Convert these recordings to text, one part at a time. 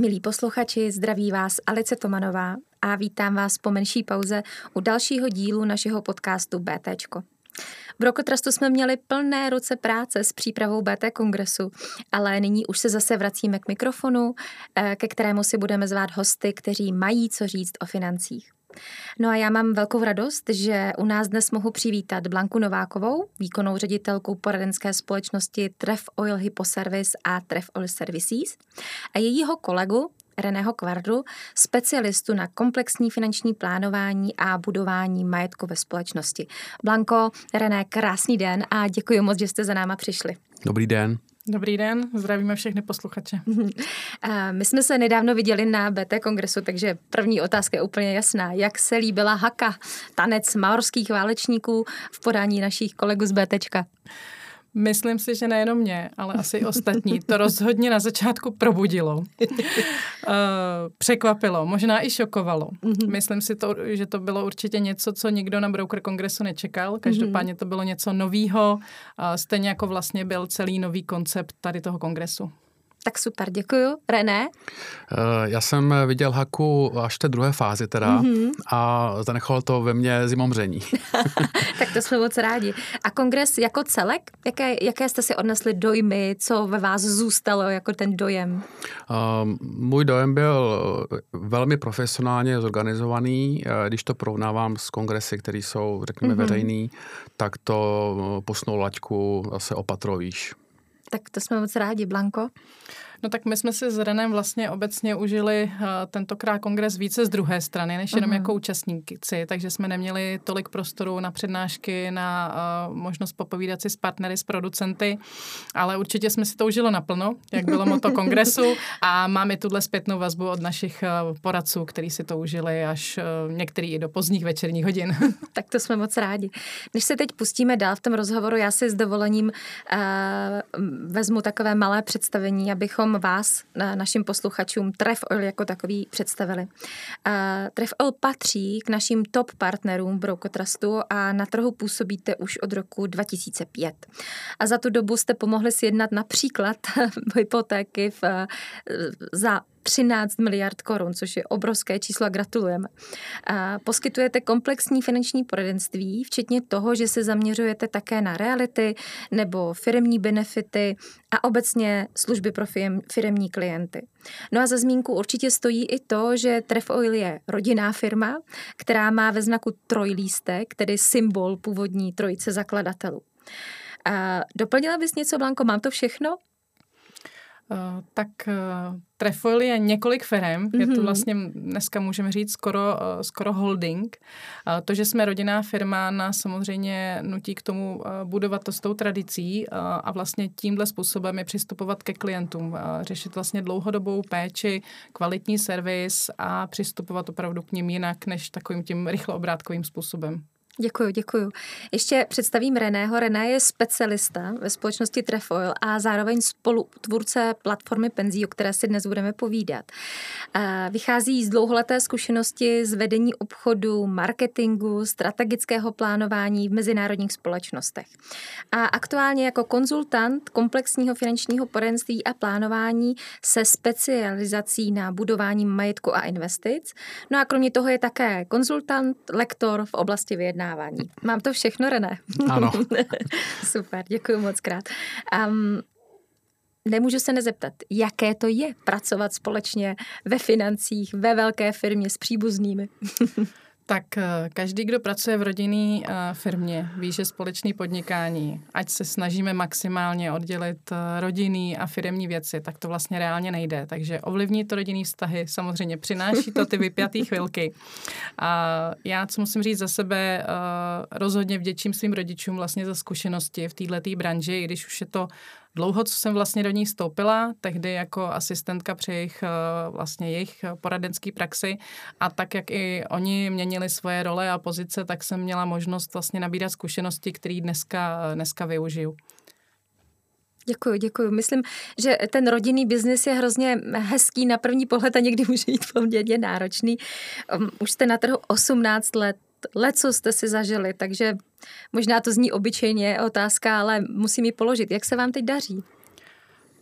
Milí posluchači, zdraví vás Alice Tomanová a vítám vás po menší pauze u dalšího dílu našeho podcastu BTčko. V Rokotrustu jsme měli plné ruce práce s přípravou BT kongresu, ale nyní už se zase vracíme k mikrofonu, ke kterému si budeme zvát hosty, kteří mají co říct o financích. No a já mám velkou radost, že u nás dnes mohu přivítat Blanku Novákovou, výkonnou ředitelku poradenské společnosti Tref Oil Hyposervice a Tref Oil Services, a jejího kolegu Reného Kvardu, specialistu na komplexní finanční plánování a budování majetku ve společnosti. Blanko, René, krásný den a děkuji moc, že jste za náma přišli. Dobrý den. Dobrý den, zdravíme všechny posluchače. My jsme se nedávno viděli na BT kongresu, takže první otázka je úplně jasná. Jak se líbila haka, tanec maorských válečníků v podání našich kolegů z BTčka? Myslím si, že nejenom mě, ale asi i ostatní. To rozhodně na začátku probudilo. Překvapilo, možná i šokovalo. Myslím si, že to bylo určitě něco, co nikdo na Broker kongresu nečekal. Každopádně to bylo něco novýho, stejně jako vlastně byl celý nový koncept tady toho kongresu. Tak super, děkuju. René? Já jsem viděl haku až v té druhé fázi teda a zanechalo to ve mně zimomření. Tak to jsme moc rádi. A kongres jako celek? Jaké jste si odnesli dojmy? Co ve vás zůstalo jako ten dojem? Můj dojem byl velmi profesionálně zorganizovaný. Když to porovnávám s kongresy, které jsou, řekněme, veřejný, tak to posunou laťku zase o patro výš. Tak to jsme moc rádi. Blanko? No tak my jsme si s Renem vlastně obecně užili tentokrát kongres více z druhé strany, než jenom jako účastníci, takže jsme neměli tolik prostoru na přednášky, na možnost popovídat si s partnery, s producenty, ale určitě jsme si to užili naplno, jak bylo motto kongresu, a máme tuhle zpětnou vazbu od našich poradců, kteří si to užili až některý i do pozdních večerních hodin. Tak to jsme moc rádi. Než se teď pustíme dál v tom rozhovoru, já si s dovolením vezmu takové malé představení, abychom vás, našim posluchačům, Tref Oil jako takový představili. Tref Oil patří k našim top partnerům v Rokotrustu a na trhu působíte už od roku 2005. A za tu dobu jste pomohli sjednat například hypotéky za 13 miliard korun, což je obrovské číslo a gratulujeme. Poskytujete komplexní finanční poradenství, včetně toho, že se zaměřujete také na reality nebo firemní benefity a obecně služby pro firemní klienty. No a za zmínku určitě stojí i to, že Tref Oil je rodinná firma, která má ve znaku trojlístek, tedy symbol původní trojice zakladatelů. Doplnila bys něco, Blanko? Mám to všechno? Tak Tref Oil je několik firem, je to vlastně dneska můžeme říct skoro holding. To, že jsme rodinná firma, nás samozřejmě nutí k tomu budovat to s tou tradicí a vlastně tímhle způsobem je přistupovat ke klientům, řešit vlastně dlouhodobou péči, kvalitní servis a přistupovat opravdu k nim jinak než takovým tím rychloobrátkovým způsobem. Děkuju. Ještě představím Reného. René je specialista ve společnosti Tref Oil a zároveň spolutvůrce platformy penzí, o které si dnes budeme povídat. Vychází z dlouholeté zkušenosti z vedení obchodu, marketingu, strategického plánování v mezinárodních společnostech. A aktuálně jako konzultant komplexního finančního poradenství a plánování se specializací na budování majetku a investic. No a kromě toho je také konzultant, lektor v oblasti vyjednávání. Mám to všechno, René? Ano. Super, děkuji moc krát. Nemůžu se nezeptat, jaké to je pracovat společně ve financích, ve velké firmě s příbuznými? Tak každý, kdo pracuje v rodinné firmě, ví, že společné podnikání, ať se snažíme maximálně oddělit rodinný a firemní věci, tak to vlastně reálně nejde. Takže ovlivní to rodinný vztahy, samozřejmě přináší to ty vypjatý chvilky. A já, co musím říct za sebe, rozhodně vděčím svým rodičům vlastně za zkušenosti v této branži, i když už je to dlouho, co jsem vlastně do ní vstoupila, tehdy jako asistentka při jejich poradenské praxi, a tak, jak i oni měnili svoje role a pozice, tak jsem měla možnost vlastně nabírat zkušenosti, které dneska využiju. Děkuji. Myslím, že ten rodinný biznis je hrozně hezký na první pohled a někdy může být poměrně náročný. Už jste na trhu 18 let. Leco jste si zažili, takže možná to zní obyčejně otázka, ale musím ji položit. Jak se vám teď daří?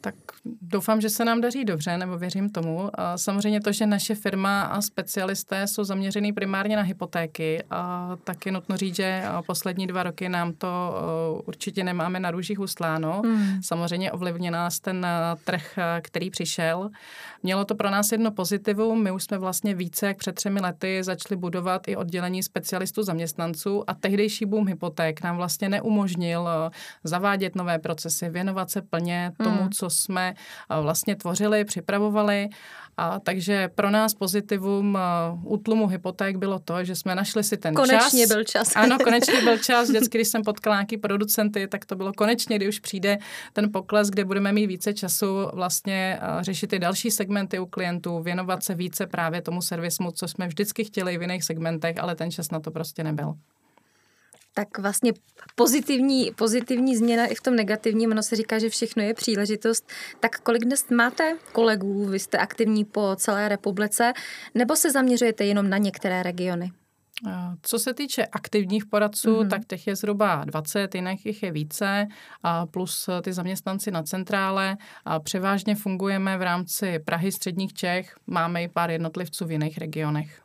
Tak doufám, že se nám daří dobře, nebo věřím tomu. Samozřejmě to, že naše firma a specialisté jsou zaměřený primárně na hypotéky, tak je nutno říct, že poslední 2 roky nám to určitě nemáme na růžích ustláno. Samozřejmě ovlivnil nás ten trh, který přišel. Mělo to pro nás jedno pozitivum. My už jsme vlastně více jak před 3 lety začali budovat i oddělení specialistů zaměstnanců a tehdejší boom hypoték nám vlastně neumožnil zavádět nové procesy, věnovat se plně tomu, co jsme vlastně tvořili, připravovali. Takže pro nás pozitivum útlumu hypoték bylo to, že jsme našli si ten čas. Konečně byl čas. Ano, konečně byl čas. Vždycky, když jsem potkala nějaký producenty, tak to bylo konečně, kdy už přijde ten pokles, kde budeme mít více času vlastně řešit i další segmenty u klientů, věnovat se více právě tomu servismu, co jsme vždycky chtěli v jiných segmentech, ale ten čas na to prostě nebyl. Tak vlastně pozitivní změna i v tom negativním, ono se říká, že všechno je příležitost. Tak kolik dnes máte kolegů, vy jste aktivní po celé republice, nebo se zaměřujete jenom na některé regiony? Co se týče aktivních poradců, tak těch je zhruba 20, jiných jich je více, plus ty zaměstnanci na centrále. Převážně fungujeme v rámci Prahy, středních Čech, máme i pár jednotlivců v jiných regionech.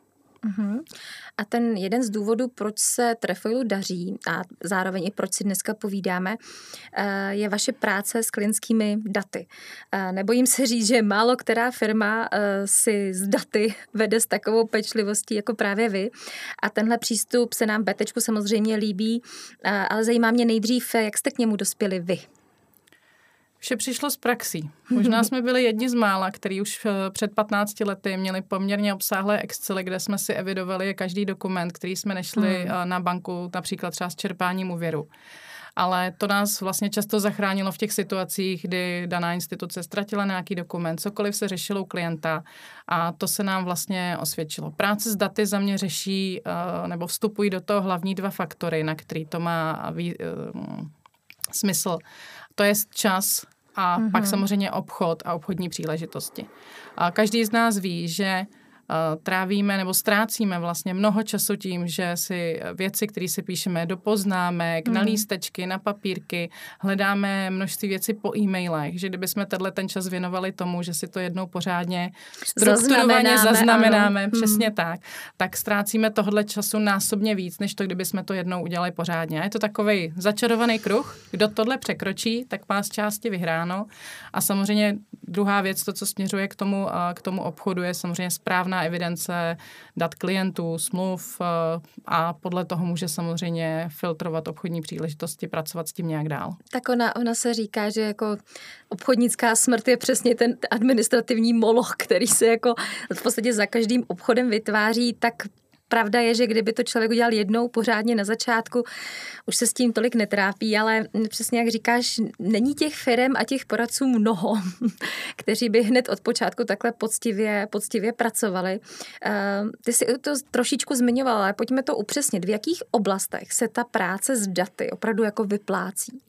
A ten jeden z důvodů, proč se Trefoilu daří a zároveň i proč si dneska povídáme, je vaše práce s klientskými daty. Nebojím se říct, že málo která firma si s daty vede s takovou pečlivostí jako právě vy. A tenhle přístup se nám v BTčku samozřejmě líbí, ale zajímá mě nejdřív, jak jste k němu dospěli vy. Vše přišlo z praxí. Možná jsme byli jedni z mála, který už před 15 lety měli poměrně obsáhlé Excely, kde jsme si evidovali každý dokument, který jsme nešli na banku, například třeba s čerpáním úvěru. Ale to nás vlastně často zachránilo v těch situacích, kdy daná instituce ztratila nějaký dokument, cokoliv se řešilo u klienta a to se nám vlastně osvědčilo. Práce s daty za mě řeší nebo vstupují do toho hlavní 2 faktory, na který to má smysl. To je čas a pak samozřejmě obchod a obchodní příležitosti. A každý z nás ví, že trávíme nebo ztrácíme vlastně mnoho času tím, že si věci, které si píšeme do poznámek, na lístečky, na papírky, hledáme množství věcí po e-mailech, že kdybychom ten čas věnovali tomu, že si to jednou pořádně strukturovaně zaznamenáme, přesně tak ztrácíme tohle času násobně víc, než to, kdybychom to jednou udělali pořádně. A je to takovej začarovaný kruh, kdo tohle překročí, tak má z části vyhráno. A samozřejmě druhá věc, to, co směřuje k tomu obchodu, je samozřejmě správná evidence dat klientů, smluv a podle toho může samozřejmě filtrovat obchodní příležitosti, pracovat s tím nějak dál. Tak ona se říká, že jako obchodnická smrt je přesně ten administrativní moloch, který se jako v podstatě za každým obchodem vytváří, tak pravda je, že kdyby to člověk udělal jednou pořádně na začátku, už se s tím tolik netrápí, ale přesně jak říkáš, není těch firem a těch poradců mnoho, kteří by hned od počátku takhle poctivě pracovali. Ty jsi to trošičku zmiňovala, ale pojďme to upřesnit. V jakých oblastech se ta práce s daty opravdu jako vyplácí?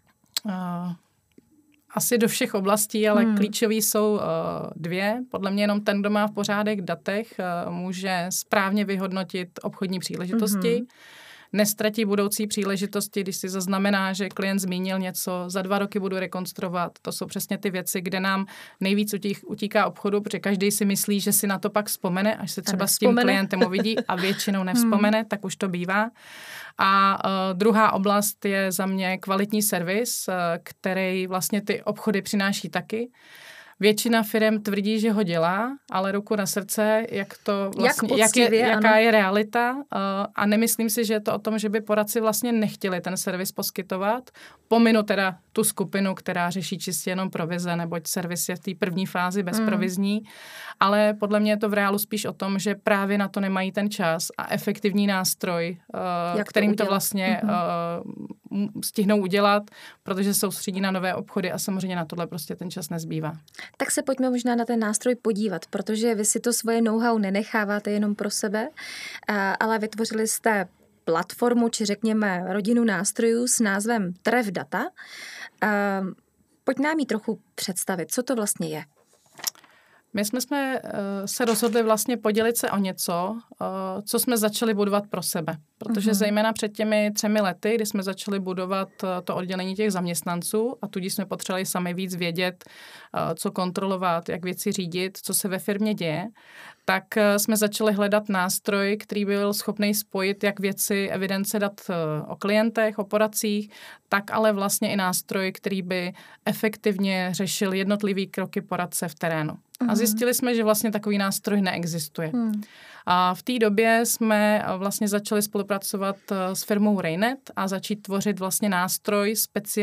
Asi do všech oblastí, ale klíčový jsou 2. Podle mě jenom ten, kdo má v pořádek datech, může správně vyhodnotit obchodní příležitosti. Nestratí budoucí příležitosti, když si zaznamená, že klient zmínil něco, za 2 roky budu rekonstruovat. To jsou přesně ty věci, kde nám nejvíc utíká obchodu, protože každý si myslí, že si na to pak vzpomene, až se třeba s tím klientem uvidí a většinou nevzpomene, tak už to bývá. A druhá oblast je za mě kvalitní servis, který vlastně ty obchody přináší taky. Většina firem tvrdí, že ho dělá, ale ruku na srdce, jaká je realita. A nemyslím si, že je to o tom, že by poradci vlastně nechtěli ten servis poskytovat. Pominu teda tu skupinu, která řeší čistě jenom provize, neboť servis je v té první fázi bezprovizní. Ale podle mě je to v reálu spíš o tom, že právě na to nemají ten čas a efektivní nástroj, kterým to vlastně stihnou udělat, protože soustředí na nové obchody a samozřejmě na tohle prostě ten čas nezbývá. Tak se pojďme možná na ten nástroj podívat, protože vy si to svoje know-how nenecháváte jenom pro sebe, ale vytvořili jste platformu, či řekněme rodinu nástrojů s názvem Tref Data. Pojď nám ji trochu představit, co to vlastně je. My jsme se rozhodli vlastně podělit se o něco, co jsme začali budovat pro sebe. Protože zejména před těmi 3 lety, kdy jsme začali budovat to oddělení těch zaměstnanců a tudíž jsme potřebovali sami víc vědět, co kontrolovat, jak věci řídit, co se ve firmě děje, tak jsme začali hledat nástroj, který byl schopný spojit jak věci evidence dat o klientech, o poradcích, tak ale vlastně i nástroj, který by efektivně řešil jednotlivý kroky poradce v terénu. A zjistili jsme, že vlastně takový nástroj neexistuje. A v té době jsme vlastně začali spolupracovat s firmou Raynet a začít tvořit vlastně nástroj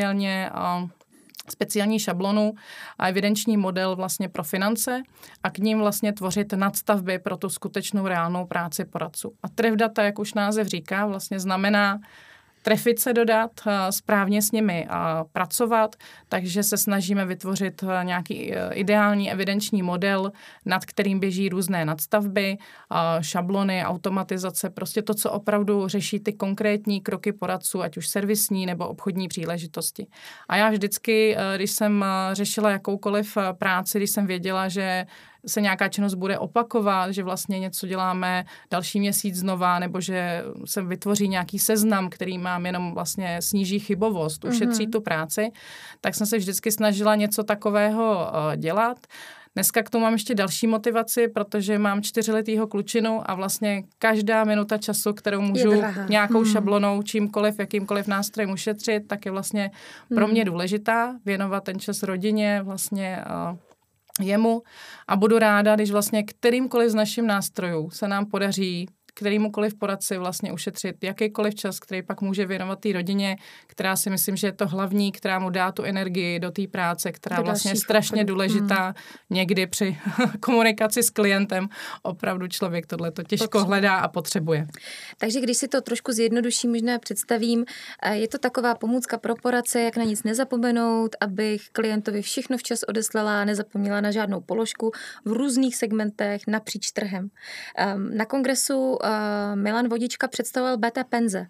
speciální šablonu a evidenční model vlastně pro finance a k ním vlastně tvořit nadstavby pro tu skutečnou reálnou práci poradců. A tref data, jak už název říká, vlastně znamená trefit se do dat, správně s nimi pracovat, takže se snažíme vytvořit nějaký ideální evidenční model, nad kterým běží různé nadstavby, šablony, automatizace, prostě to, co opravdu řeší ty konkrétní kroky poradců, ať už servisní nebo obchodní příležitosti. A já vždycky, když jsem řešila jakoukoliv práci, když jsem věděla, že se nějaká činnost bude opakovat, že vlastně něco děláme další měsíc znova, nebo že se vytvoří nějaký seznam, který mám jenom vlastně sníží chybovost, ušetří tu práci, tak jsem se vždycky snažila něco takového dělat. Dneska k tomu mám ještě další motivaci, protože mám 4letýho klučinu a vlastně každá minuta času, kterou můžu nějakou šablonou, čímkoliv, jakýmkoliv nástrojem ušetřit, tak je vlastně pro mě důležitá věnovat ten čas rodině, vlastně jemu a budu ráda, když vlastně kterýmkoliv z našich nástrojů se nám podaří kterýmukoliv poradci vlastně ušetřit jakýkoliv čas, který pak může věnovat té rodině, která si myslím, že je to hlavní, která mu dá tu energii do té práce, která vlastně je strašně důležitá někdy při komunikaci s klientem. Opravdu člověk tohleto těžko hledá a potřebuje. Takže když si to trošku zjednoduším, možná představím, je to taková pomůcka pro poradce, jak na nic nezapomenout, abych klientovi všechno včas odeslala, nezapomněla na žádnou položku v různých segmentech napříč trhem. Na kongresu Milan Vodička představoval BT Penze.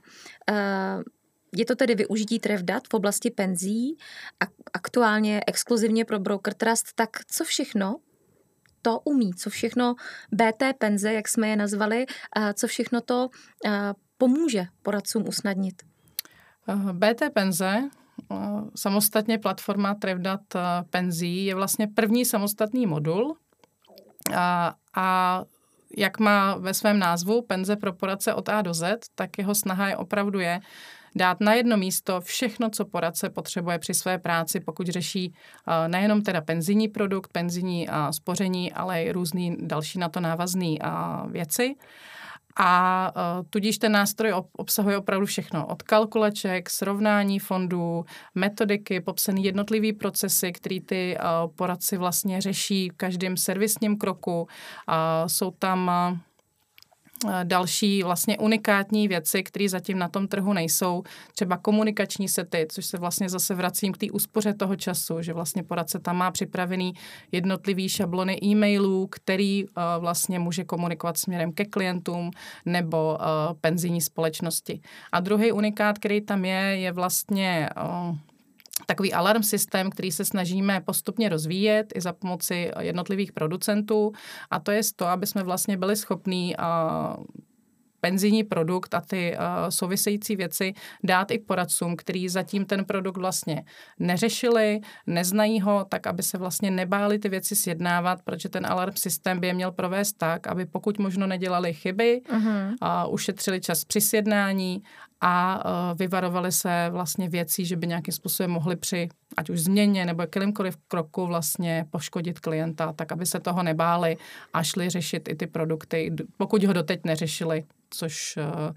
Je to tedy využití tref dat v oblasti penzí a aktuálně exkluzivně pro Broker Trust, tak co všechno to umí, co všechno BT Penze, jak jsme je nazvali, co všechno to pomůže poradcům usnadnit? BT Penze, samostatně platforma tref dat penzí, je vlastně první samostatný modul a jak má ve svém názvu penze pro poradce od A do Z, tak jeho snaha je opravdu dát na jedno místo všechno, co poradce potřebuje při své práci, pokud řeší nejenom teda penzijní produkt, penzijní spoření, ale i různý další na to návazné věci. A tudíž ten nástroj obsahuje opravdu všechno. Od kalkulaček, srovnání fondů, metodiky, popsané jednotlivý procesy, který ty poradci vlastně řeší v každém servisním kroku. Jsou tam další vlastně unikátní věci, které zatím na tom trhu nejsou. Třeba komunikační sety, což se vlastně zase vracím k té úspoře toho času, že vlastně poradce tam má připravený jednotlivý šablony e-mailů, který vlastně může komunikovat směrem ke klientům nebo penzijní společnosti. A druhý unikát, který tam je vlastně takový alarm systém, který se snažíme postupně rozvíjet i za pomoci jednotlivých producentů, a to je to, aby jsme vlastně byli schopní penzijní produkt a ty související věci dát i poradcům, kteří zatím ten produkt vlastně neřešili, neznají ho, tak aby se vlastně nebáli ty věci sjednávat, protože ten alarm systém by je měl provést tak, aby pokud možno nedělali chyby, ušetřili čas při sjednání a vyvarovali se vlastně věcí, že by nějakým způsobem mohli při ať už změně nebo jakýmkoliv kroku vlastně poškodit klienta, tak aby se toho nebáli a šli řešit i ty produkty, pokud ho doteď neřešili, což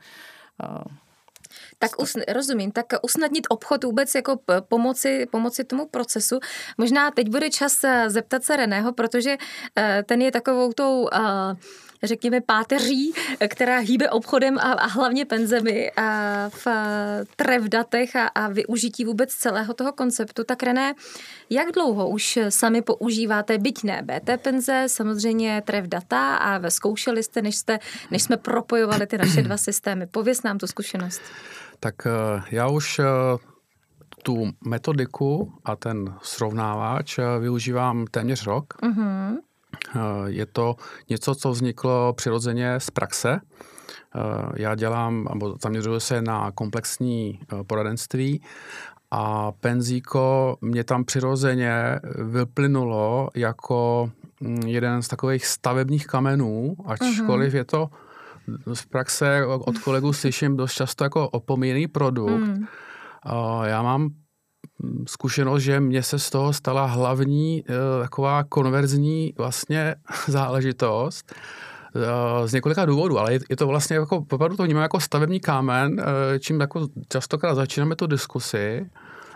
tak rozumím, tak usnadnit obchod vůbec jako pomoci tomu procesu. Možná teď bude čas zeptat se Reného, protože ten je takovou tou řekněme páteří, která hýbe obchodem a hlavně penzemi v tref datech a využití vůbec celého toho konceptu. Tak René, jak dlouho už sami používáte, byť ne BT penze, samozřejmě tref data a zkoušeli jste, než jsme propojovali ty naše dva systémy. Pověz nám tu zkušenost. Tak já už tu metodiku a ten srovnávač využívám téměř rok. Je to něco, co vzniklo přirozeně z praxe. Já dělám, nebo zaměřuji se na komplexní poradenství a Penzíko mě tam přirozeně vyplynulo jako jeden z takových stavebních kamenů, ačkoliv je to z praxe od kolegů slyším dost často jako opomíjený produkt. Já mám zkušenost, že mně se z toho stala hlavní taková konverzní vlastně záležitost z několika důvodů, ale je to vlastně jako, opravdu to vnímám jako stavební kámen, čím jako častokrát začínáme tu diskusi,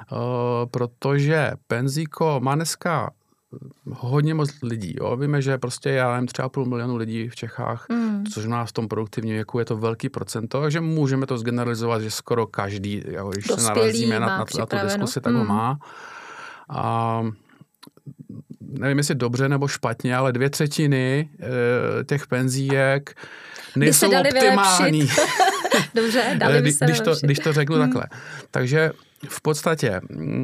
protože Penzíko má dneska hodně moc lidí. Jo? Víme, že prostě já nevím, třeba 500 000 lidí v Čechách, což u nás v tom produktivním věku je to velký procento, takže můžeme to zgeneralizovat, že skoro každý, jo, když se narazíme na tu diskusi, tak ho má. A nevím, jestli dobře nebo špatně, ale 2/3 těch penzíjek nejsou optimální. Dobře, dali by se když to řeknu takhle. Takže v podstatě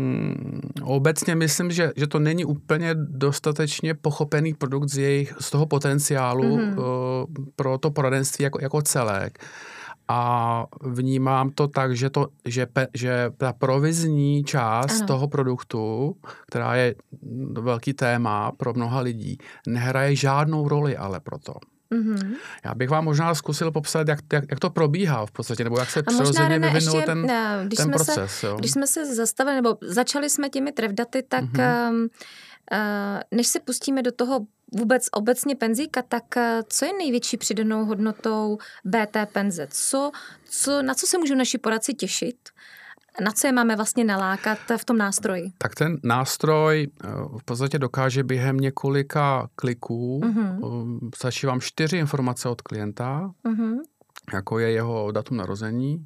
obecně myslím, že to není úplně dostatečně pochopený produkt z toho potenciálu pro to poradenství jako celek. A vnímám to tak, že ta provizní část toho produktu, která je velký téma pro mnoha lidí, nehraje žádnou roli ale proto. Já bych vám možná zkusil popsat, jak to probíhá v podstatě, nebo jak se přirozeně vyvinul ten proces. Když jsme se zastavili, nebo začali jsme těmi trefdaty, tak než se pustíme do toho vůbec obecně Penzíka, tak co je největší přidanou hodnotou BT Penze? Na co se můžou naši poradci těšit? Na co je máme vlastně nalákat v tom nástroji? Tak ten nástroj v podstatě dokáže během několika kliků, stačí vám 4 informace od klienta, jako je jeho datum narození,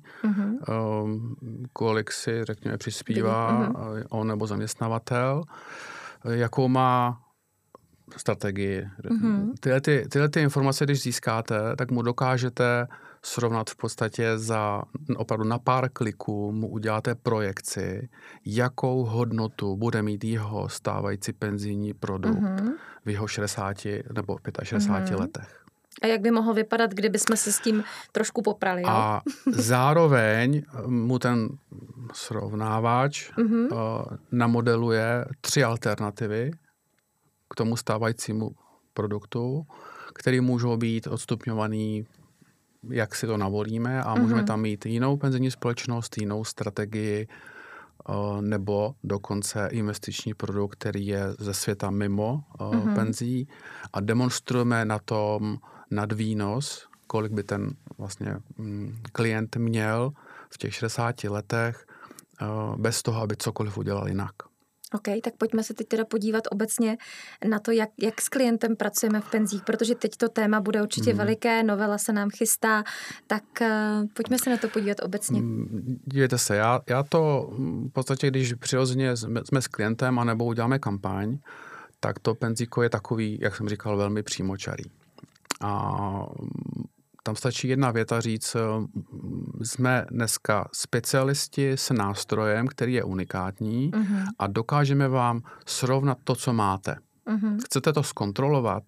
kolik si, řekněme, přispívá on nebo zaměstnavatel, jakou má strategii. Tyhle ty informace, když získáte, tak mu dokážete srovnat v podstatě za opravdu na pár kliků, mu uděláte projekci, jakou hodnotu bude mít jeho stávající penzijní produkt v jeho 60 nebo 65 letech. A jak by mohl vypadat, kdyby jsme se s tím trošku poprali? Jo? A zároveň mu ten srovnávač namodeluje 3 alternativy k tomu stávajícímu produktu, který můžou být odstupňovaný, jak si to navolíme, a můžeme tam mít jinou penzijní společnost, jinou strategii nebo dokonce investiční produkt, který je ze světa mimo penzí, a demonstrujeme na tom nadvýnos, kolik by ten vlastně klient měl v těch 60 letech bez toho, aby cokoliv udělal jinak. OK, tak pojďme se teď teda podívat obecně na to, jak s klientem pracujeme v penzích, protože teď to téma bude určitě veliké, novela se nám chystá, tak pojďme se na to podívat obecně. Dívejte se, já to v podstatě, když přirozeně jsme s klientem anebo uděláme kampaň, tak to penzíko je takový, jak jsem říkal, velmi přímočarý. A tam stačí jedna věta říct, jsme dneska specialisti s nástrojem, který je unikátní a dokážeme vám srovnat to, co máte. Chcete to zkontrolovat?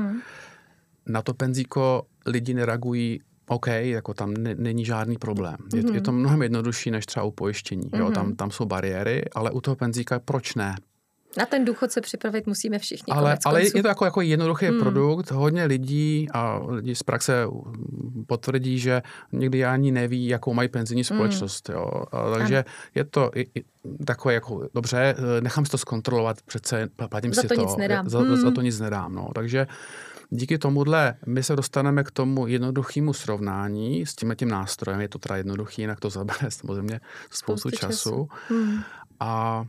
Na to penzíko lidi nereagují, OK, jako tam není žádný problém. Je to mnohem jednodušší než třeba u pojištění. Jo, tam jsou bariéry, ale u toho penzíka proč ne? Na ten důchod se připravit musíme všichni. Ale je to jako jednoduchý produkt. Hodně lidí a lidi z praxe potvrdí, že někdy ani neví, jakou mají penzijní společnost. Jo. Takže je to takové jako, dobře, nechám si to zkontrolovat, přece platím za si to. to. Nic nedám. Za to nic nedám. No. Takže díky tomuhle my se dostaneme k tomu jednoduchému srovnání s tím nástrojem. Je to teda jednoduchý, jinak to zabere samozřejmě spoustu času. A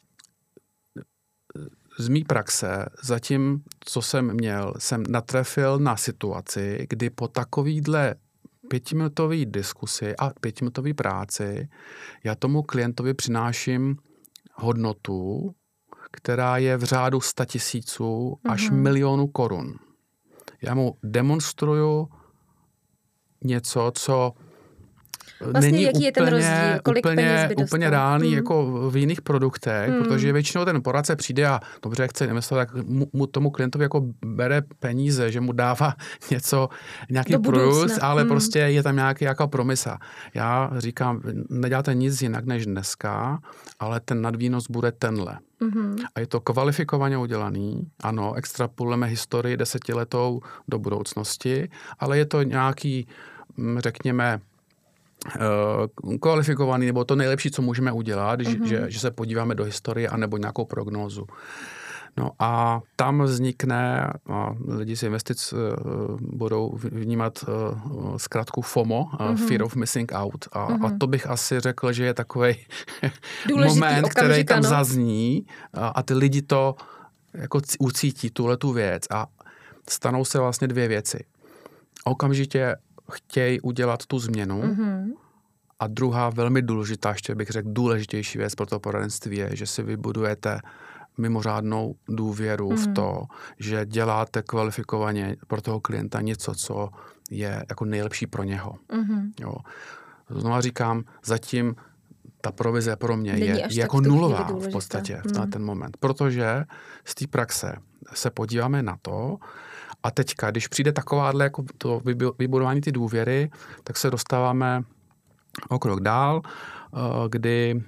z mý praxe, zatím, co jsem měl, jsem natrefil na situaci, kdy po takovýhle 5minutové diskusi a 5minutové práci já tomu klientovi přináším hodnotu, která je v řádu 100 000 až milionů korun. Já mu demonstruju něco, co Vlastně není jaký je ten rozdíl, kolik peněz by dostal? Úplně reálný jako v jiných produktech, protože většinou ten poradce přijde a dobře, jak chce investovat, tak mu tomu klientovi jako bere peníze, že mu dává nějaký produkt, ale prostě je tam nějaká promisa. Já říkám, neděláte nic jinak než dneska, ale ten nadvýnos bude tenhle. A je to kvalifikovaně udělaný, ano, extrapolujeme historii 10letou do budoucnosti, ale je to nějaký, řekněme, kvalifikovaný, nebo to nejlepší, co můžeme udělat, že se podíváme do historie anebo nějakou prognózu. No a tam vznikne, a lidi z investic budou vnímat zkrátku FOMO, Fear of Missing Out. A to bych asi řekl, že je takový moment, který tam zazní a ty lidi to jako ucítí, tuhletu věc a stanou se vlastně dvě věci. Okamžitě chtějí udělat tu změnu a druhá velmi důležitá, ještě bych řekl důležitější věc pro to poradenství je, že si vybudujete mimořádnou důvěru v to, že děláte kvalifikovaně pro toho klienta něco, co je jako nejlepší pro něho. Jo. Znovu říkám, zatím ta provize pro mě je jako nulová v podstatě na ten moment, protože z té praxe se podíváme na to a teďka, když přijde takováhle jako to vybudování ty důvěry, tak se dostáváme o krok dál, kdy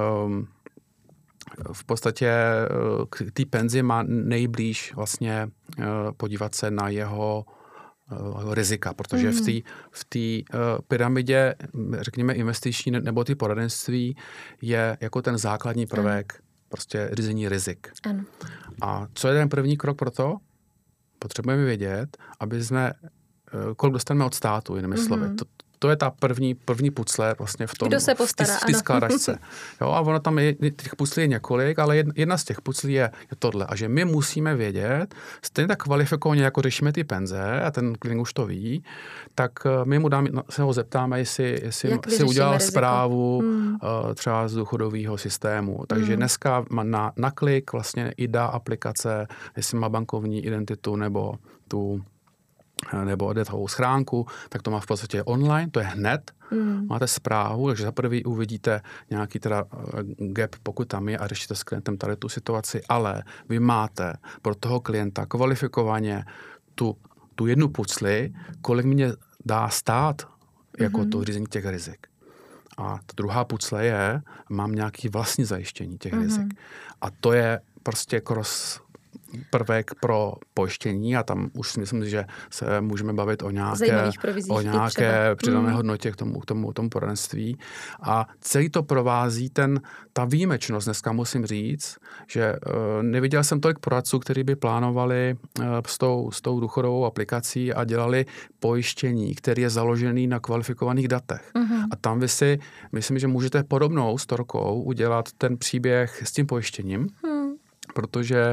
v podstatě k té penzi má nejblíž vlastně podívat se na jeho rizika, protože v té pyramidě, řekněme investiční nebo ty poradenství je jako ten základní prvek prostě řízení rizik. Ano. A co je ten první krok pro to? Potřebujeme vědět, aby jsme, kolik dostaneme od státu, jinými slovy. To je ta první pucle vlastně v tom, kdo se postará, v té skládačce. Jo, a ono tam je, těch puclí je několik, ale jedna z těch puclí je tohle. A že my musíme vědět, stejně tak kvalifikovaně, jako řešíme ty penze, a ten klient už to ví, tak my mu se ho zeptáme, jestli si udělal riziko? Zprávu třeba z důchodového systému. Takže dneska na klik vlastně IDA aplikace, jestli má bankovní identitu nebo datovou schránku, tak to má v podstatě online, to je hned, máte zprávu, takže za prvý uvidíte nějaký teda gap, pokud tam je a řešíte s klientem tady tu situaci, ale vy máte pro toho klienta kvalifikovaně tu jednu pucli, kolik mě dá stát jako to řízení těch rizik. A ta druhá pucle je, mám nějaký vlastní zajištění těch rizik. A to je prostě prvek pro pojištění a tam už si myslím, že se můžeme bavit o nějaké přidané hodnotě k tomu poradenství. A celý to provází ta výjimečnost. Dneska musím říct, že neviděl jsem tolik poradců, kteří by plánovali s tou důchodovou aplikací a dělali pojištění, který je založený na kvalifikovaných datech. A tam vy si, myslím, že můžete podobnou storkou udělat ten příběh s tím pojištěním, protože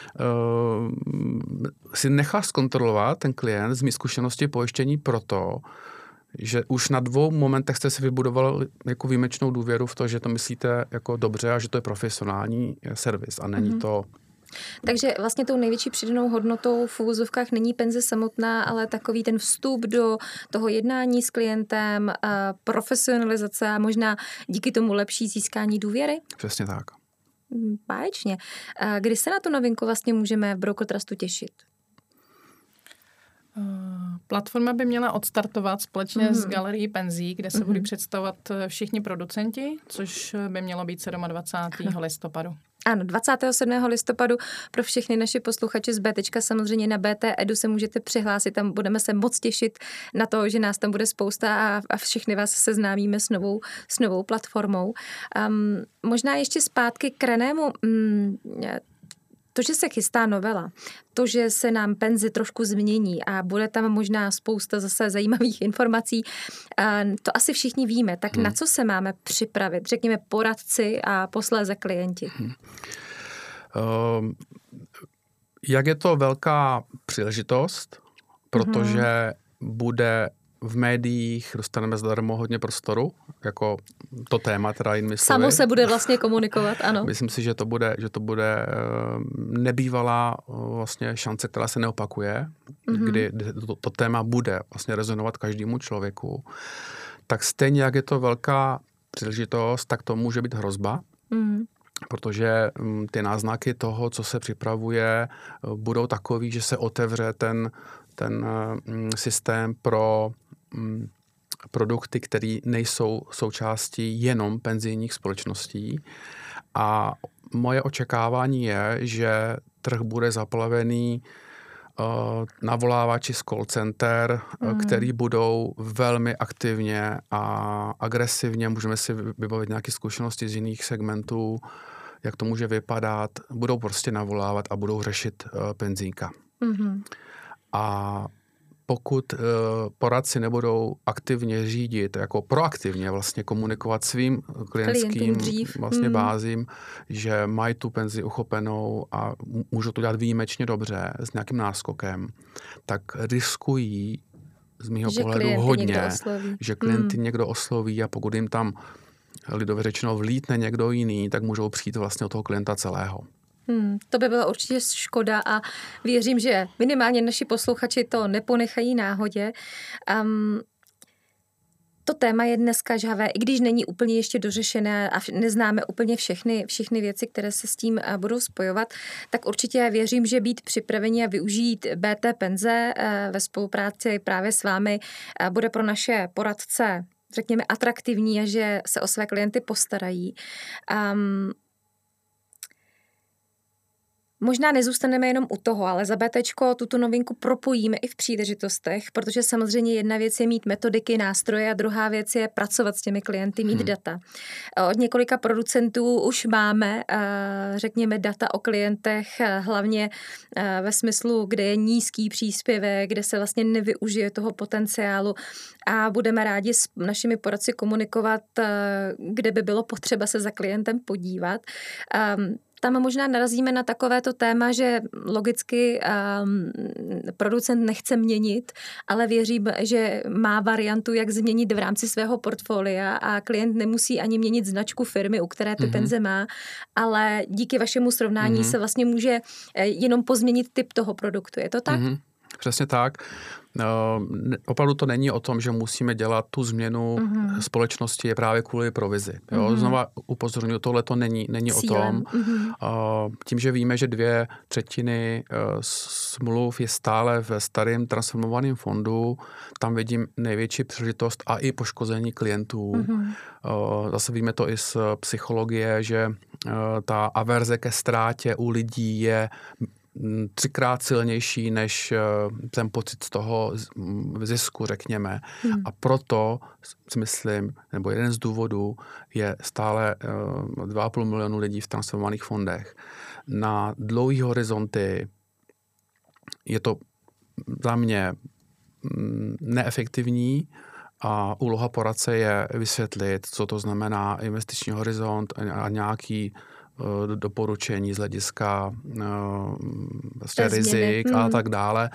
si nechá zkontrolovat ten klient z mý zkušenosti pojištění proto, že už na 2 momentech jste si vybudoval jako výjimečnou důvěru v to, že to myslíte jako dobře a že to je profesionální servis a není to... Takže vlastně tou největší přidanou hodnotou v uvozovkách není penze samotná, ale takový ten vstup do toho jednání s klientem, profesionalizace a možná díky tomu lepší získání důvěry? Přesně tak. Báječně. Kdy se na tu novinku vlastně můžeme v Broker Trustu těšit? Platforma by měla odstartovat společně s Galerií penzí, kde se budou představovat všichni producenti, což by mělo být 27. listopadu. Ano, 27. listopadu pro všechny naše posluchače z BTčka, samozřejmě na BT Edu se můžete přihlásit, tam budeme se moc těšit na to, že nás tam bude spousta a všechny vás seznámíme s novou platformou. Možná ještě zpátky k Renému. To, že se chystá novela, to, že se nám penze trošku změní a bude tam možná spousta zase zajímavých informací, to asi všichni víme. Tak na co se máme připravit? Řekněme poradci a posléze klienti. Jak je to velká příležitost, protože bude v médiích, dostaneme zadarmo hodně prostoru, jako to téma, teda jinými slovy. Samo se bude vlastně komunikovat, ano. Myslím si, že to bude nebývalá vlastně šance, která se neopakuje, kdy to téma bude vlastně rezonovat každému člověku. tak stejně jak je to velká příležitost, tak to může být hrozba, protože ty náznaky toho, co se připravuje, budou takový, že se otevře ten systém pro produkty, které nejsou součástí jenom penzijních společností. A moje očekávání je, že trh bude zaplavený navolávači z call center, který budou velmi aktivně a agresivně, můžeme si vybavit nějaké zkušenosti z jiných segmentů, jak to může vypadat, budou prostě navolávat a budou řešit penzínka. A pokud poradci nebudou aktivně řídit, jako proaktivně vlastně komunikovat svým klientským vlastně bázím, že mají tu penzi uchopenou a můžou to dělat výjimečně dobře s nějakým náskokem, tak riskují z mýho pohledu hodně, že klienty někdo osloví a pokud jim tam lidově řečeno vlítne někdo jiný, tak můžou přijít vlastně od toho klienta celého. To by byla určitě škoda a věřím, že minimálně naši posluchači to neponechají náhodě. To téma je dneska žhavé, i když není úplně ještě dořešené a neznáme úplně všechny věci, které se s tím budou spojovat, tak určitě věřím, že být připraveni a využít BT Penze ve spolupráci právě s vámi bude pro naše poradce, řekněme, atraktivní a že se o své klienty postarají. Možná nezůstaneme jenom u toho, ale za BTčko tuto novinku propojíme i v příležitostech, protože samozřejmě jedna věc je mít metodiky, nástroje a druhá věc je pracovat s těmi klienty, mít data. Od několika producentů už máme, řekněme, data o klientech, hlavně ve smyslu, kde je nízký příspěvek, kde se vlastně nevyužije toho potenciálu a budeme rádi s našimi poradci komunikovat, kde by bylo potřeba se za klientem podívat. Tam možná narazíme na takovéto téma, že logicky producent nechce měnit, ale věřím, že má variantu, jak změnit v rámci svého portfolia a klient nemusí ani měnit značku firmy, u které ty penze má, ale díky vašemu srovnání se vlastně může jenom pozměnit typ toho produktu. Je to tak? Přesně tak. Opravdu to není o tom, že musíme dělat tu změnu společnosti právě kvůli provizi. Jo? Znova upozorňuji, tohle to není o tom. Tím, že víme, že 2/3 smluv je stále ve starém transformovaném fondu, tam vidím největší příležitost a i poškození klientů. Zase víme to i z psychologie, že ta averze ke ztrátě u lidí je 3krát silnější než ten pocit z toho zisku, řekněme. A proto si myslím, nebo jeden z důvodů je stále 2,5 milionu lidí v transformovaných fondech. Na dlouhý horizonty je to za mě neefektivní a úloha poradce je vysvětlit, co to znamená investiční horizont a nějaký doporučení z hlediska vlastně rizik a tak dále.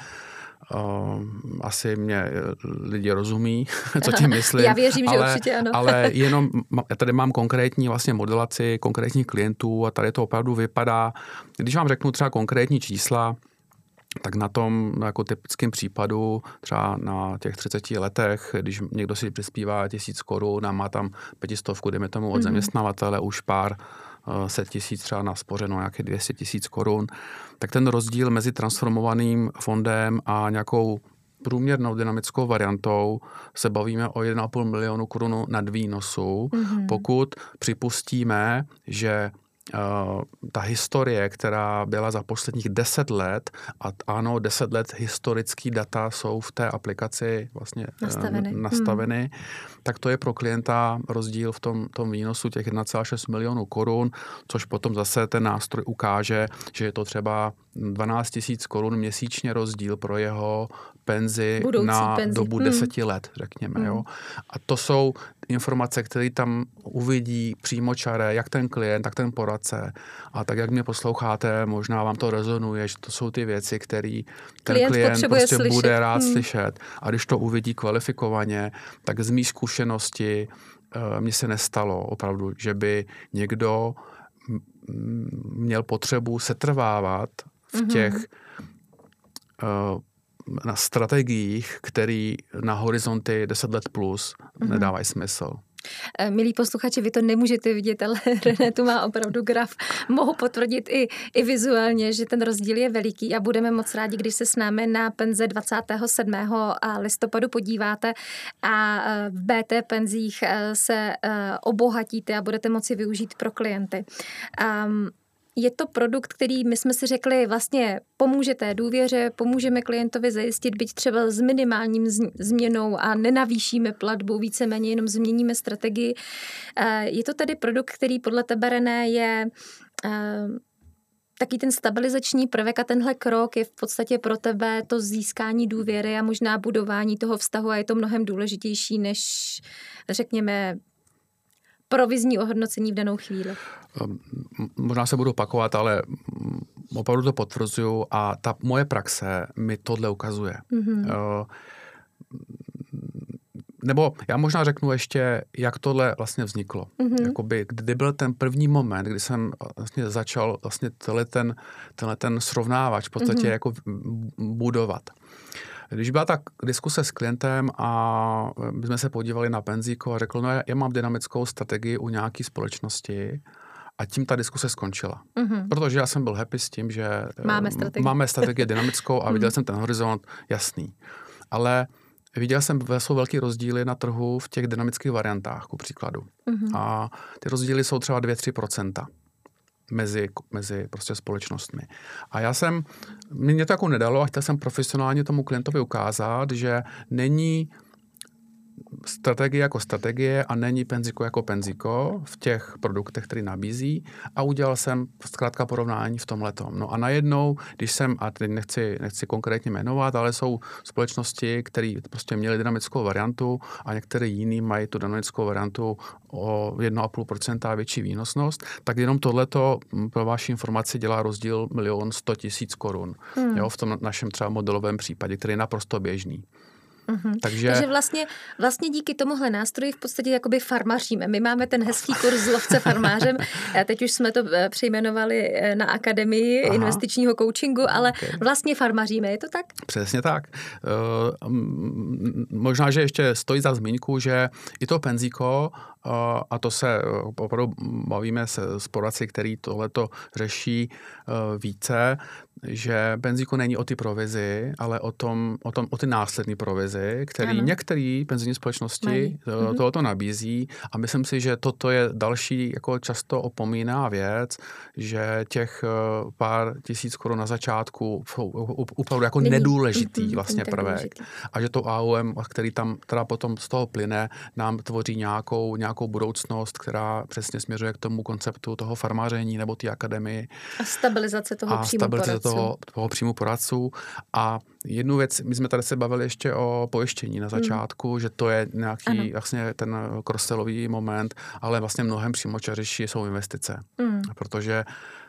Asi mě lidi rozumí, co tím myslím. Já věřím, že určitě ano. Ale jenom tady mám konkrétní vlastně modelaci konkrétních klientů a tady to opravdu vypadá, když vám řeknu třeba konkrétní čísla, tak na tom jako typickém případu třeba na těch 30 letech, když někdo si přispívá 1000 korun a má tam 500, dejme tomu od zaměstnavatele už pár set tisíc třeba naspořeno, nějaké 200 000 korun, tak ten rozdíl mezi transformovaným fondem a nějakou průměrnou dynamickou variantou se bavíme o 1,5 milionu korun nad výnosu, pokud připustíme, že ta historie, která byla za posledních 10 let, a ano, 10 let historický data jsou v té aplikaci vlastně nastaveny, tak to je pro klienta rozdíl v tom výnosu těch 1,6 milionů korun, což potom zase ten nástroj ukáže, že je to třeba 12 000 korun měsíčně rozdíl pro jeho penzi na dobu 10 let, řekněme. Jo. A to jsou informace, které tam uvidí přímočaré, jak ten klient, tak ten poradce. A tak, jak mě posloucháte, možná vám to rezonuje, že to jsou ty věci, které ten klient prostě slyšet. Bude rád slyšet. A když to uvidí kvalifikovaně, tak z mých zkušenosti mně se nestalo opravdu, že by někdo měl potřebu setrvávat v těch na strategiích, které na horizonty 10 let plus nedávají smysl. Milí posluchači, vy to nemůžete vidět, ale René tu má opravdu graf. Mohu potvrdit i vizuálně, že ten rozdíl je veliký a budeme moc rádi, když se s námi na penze 27. listopadu podíváte a v BT penzích se obohatíte a budete moci využít pro klienty. Je to produkt, který my jsme si řekli vlastně pomůže té důvěře, pomůžeme klientovi zajistit, byť třeba s minimálním změnou a nenavýšíme platbu, víceméně jenom změníme strategii. Je to tedy produkt, který podle tebe, René, je taky ten stabilizační prvek a tenhle krok je v podstatě pro tebe to získání důvěry a možná budování toho vztahu a je to mnohem důležitější než, řekněme, provizní ohodnocení v danou chvíli. Možná se budu opakovat, ale opravdu to potvrzuju a ta moje praxe mi tohle ukazuje. Nebo já možná řeknu ještě, jak tohle vlastně vzniklo. Jakoby, kdy byl ten první moment, kdy jsem vlastně začal vlastně tenhle ten srovnávač v podstatě jako budovat. Když byla ta diskuse s klientem a my jsme se podívali na penzíko a řekl, no já mám dynamickou strategii u nějaké společnosti a tím ta diskuse skončila. Protože já jsem byl happy s tím, že máme strategii dynamickou a viděl jsem ten horizont jasný. Ale viděl jsem velký rozdíly na trhu v těch dynamických variantách, ku příkladu. A ty rozdíly jsou třeba 2-3% mezi prostě společnostmi. A mě to jako nedalo a chtěl jsem profesionálně tomu klientovi ukázat, že není strategie jako strategie a není penzíko jako penzíko v těch produktech, které nabízí a udělal jsem zkrátka porovnání v tomhletom. No a najednou, když jsem, a teď nechci konkrétně jmenovat, ale jsou společnosti, které prostě měly dynamickou variantu a některé jiný mají tu dynamickou variantu o 1,5% větší výnosnost, tak jenom tohleto pro vaši informaci dělá rozdíl 1 100 000 korun. Jo, v tom našem třeba modelovém případě, který je naprosto běžný. Takže vlastně díky tomuhle nástroji v podstatě jakoby farmaříme. My máme ten hezký kurz s lovce farmářem. Teď už jsme to přejmenovali na Akademii investičního coachingu, ale vlastně farmaříme. Je to tak? Přesně tak. Možná, že ještě stojí za zmínku, že i to penzíko, a to se opravdu bavíme s poradci, který tohleto řeší více, že penzíko není o ty provizi, ale o ty následné provizi, který některé penzijní společnosti tohoto nabízí a myslím si, že toto je další jako často opomíná věc, že těch pár tisíc korun na začátku jsou opravdu jako nedůležitý vlastně prvek. A že to AUM, který tam teda potom z toho plyne, nám tvoří nějakou budoucnost, která přesně směřuje k tomu konceptu toho farmáření nebo té akademii. A stabilizace toho příjmu poradců. A jednu věc, my jsme tady se bavili ještě o pojištění na začátku, že to je nějaký vlastně ten cross-sellový moment, ale vlastně mnohem přímočařejší jsou investice. Protože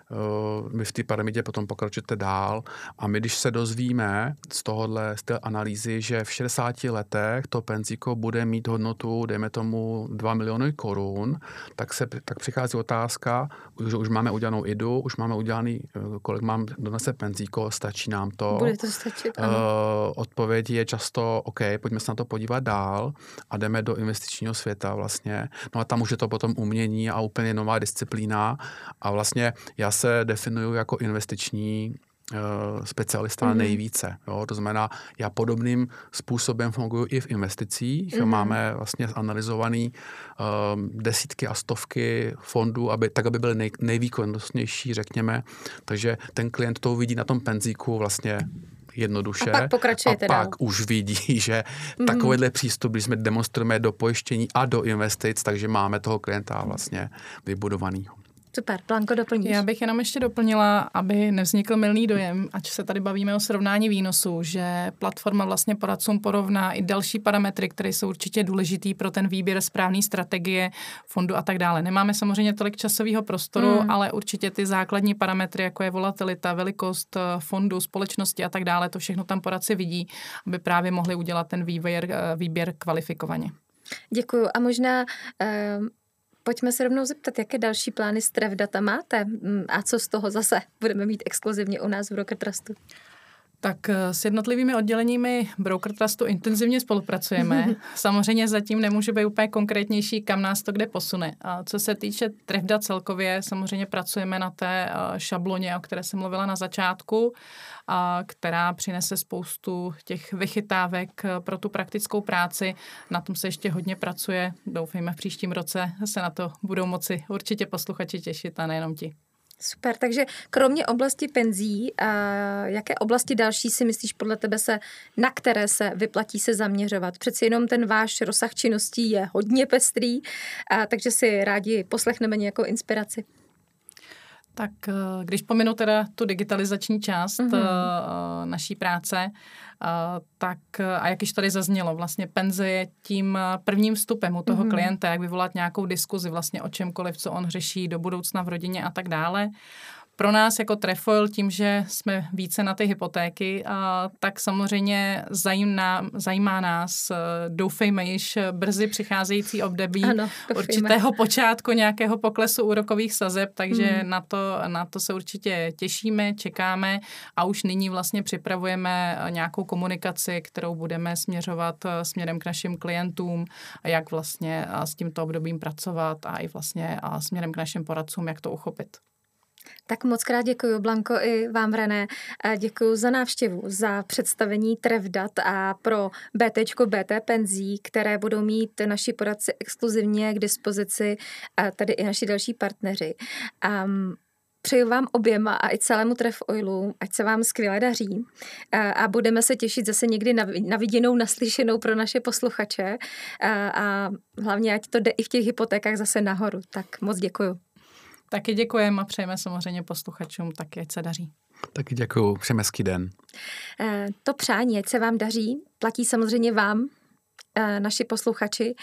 vy v té pyramidě potom pokračujete dál a my, když se dozvíme z té analýzy, že v 60 letech to penzíko bude mít hodnotu, dejme tomu 2 miliony korun, tak přichází otázka, že už máme udělanou IDU, už máme udělaný, kolik donese penzíko, stačí nám to. Bude to stačit, Odpověď je často, OK, pojďme se na to podívat dál a jdeme do investičního světa vlastně. No a tam už je to potom umění a úplně nová disciplína a vlastně já se definuju jako investiční specialista nejvíce. Jo? To znamená, já podobným způsobem funguji i v investicích. Máme vlastně analyzovaný desítky a stovky fondů, aby byly nejvýkonnostnější, řekněme. Takže ten klient to uvidí na tom penzíku vlastně jednoduše. A pak pokračujete dál. Už vidí, že takovýhle přístup, když jsme demonstrujeme do pojištění a do investic, takže máme toho klienta vlastně vybudovanýho. Super, Blanko, doplníš? Já bych jenom ještě doplnila, aby nevznikl mylný dojem, ať se tady bavíme o srovnání výnosů, že platforma vlastně poradcům porovná i další parametry, které jsou určitě důležitý pro ten výběr správné strategie fondu a tak dále. Nemáme samozřejmě tolik časového prostoru, ale určitě ty základní parametry, jako je volatilita, velikost fondu, společnosti a tak dále, to všechno tam poradci vidí, aby právě mohli udělat ten výběr kvalifikovaně. Děkuju. A možná pojďme se rovnou zeptat, jaké další plány z Tref Data máte a co z toho zase budeme mít exkluzivně u nás v Rocket Trustu? Tak s jednotlivými odděleními Broker Trustu intenzivně spolupracujeme. Samozřejmě zatím nemůže být úplně konkrétnější, kam nás to kde posune. A co se týče Trefda celkově, samozřejmě pracujeme na té šabloně, o které jsem mluvila na začátku, která přinese spoustu těch vychytávek pro tu praktickou práci. Na tom se ještě hodně pracuje. Doufejme, v příštím roce se na to budou moci určitě posluchači těšit a nejenom ti. Super, takže kromě oblasti penzí, jaké oblasti další si myslíš podle tebe na které se vyplatí se zaměřovat? Přeci jenom ten váš rozsah činností je hodně pestrý, takže si rádi poslechneme nějakou inspiraci. Tak když pominu teda tu digitalizační část naší práce, tak a jak již tady zaznělo, vlastně penze je tím prvním vstupem u toho klienta, jak vyvolat nějakou diskuzi vlastně o čemkoliv, co on řeší do budoucna v rodině a tak dále. Pro nás jako Trefoil, tím, že jsme více na ty hypotéky, tak samozřejmě zajímá nás, doufejme již brzy přicházející období určitého počátku nějakého poklesu úrokových sazeb, takže na to se určitě těšíme, čekáme a už nyní vlastně připravujeme nějakou komunikaci, kterou budeme směřovat směrem k našim klientům, jak vlastně s tímto obdobím pracovat a i vlastně směrem k našim poradcům, jak to uchopit. Tak moc krát děkuji, Blanko, i vám, René. Děkuji za návštěvu, za představení Trefdat a pro BT penzí, které budou mít naši poradci exkluzivně k dispozici, tady i naši další partneři. Přeju vám oběma a i celému Trefoilu, ať se vám skvěle daří a budeme se těšit zase někdy na viděnou, naslyšenou pro naše posluchače a hlavně, ať to jde i v těch hypotékách zase nahoru. Tak moc děkuju. Taky děkujeme a přejeme samozřejmě posluchačům taky, ať se daří. Taky děkuju, přejeme hezký den. To přání, ať se vám daří, platí samozřejmě vám, naši posluchači.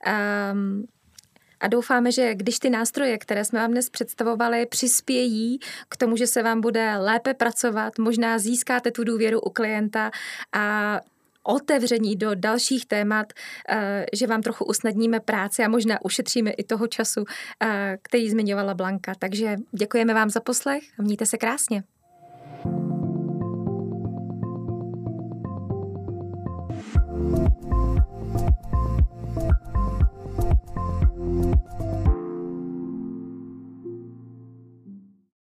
A doufáme, že když ty nástroje, které jsme vám dnes představovali, přispějí k tomu, že se vám bude lépe pracovat, možná získáte tu důvěru u klienta a otevření do dalších témat, že vám trochu usnadníme práci a možná ušetříme i toho času, který zmiňovala Blanka. Takže děkujeme vám za poslech a mějte se krásně.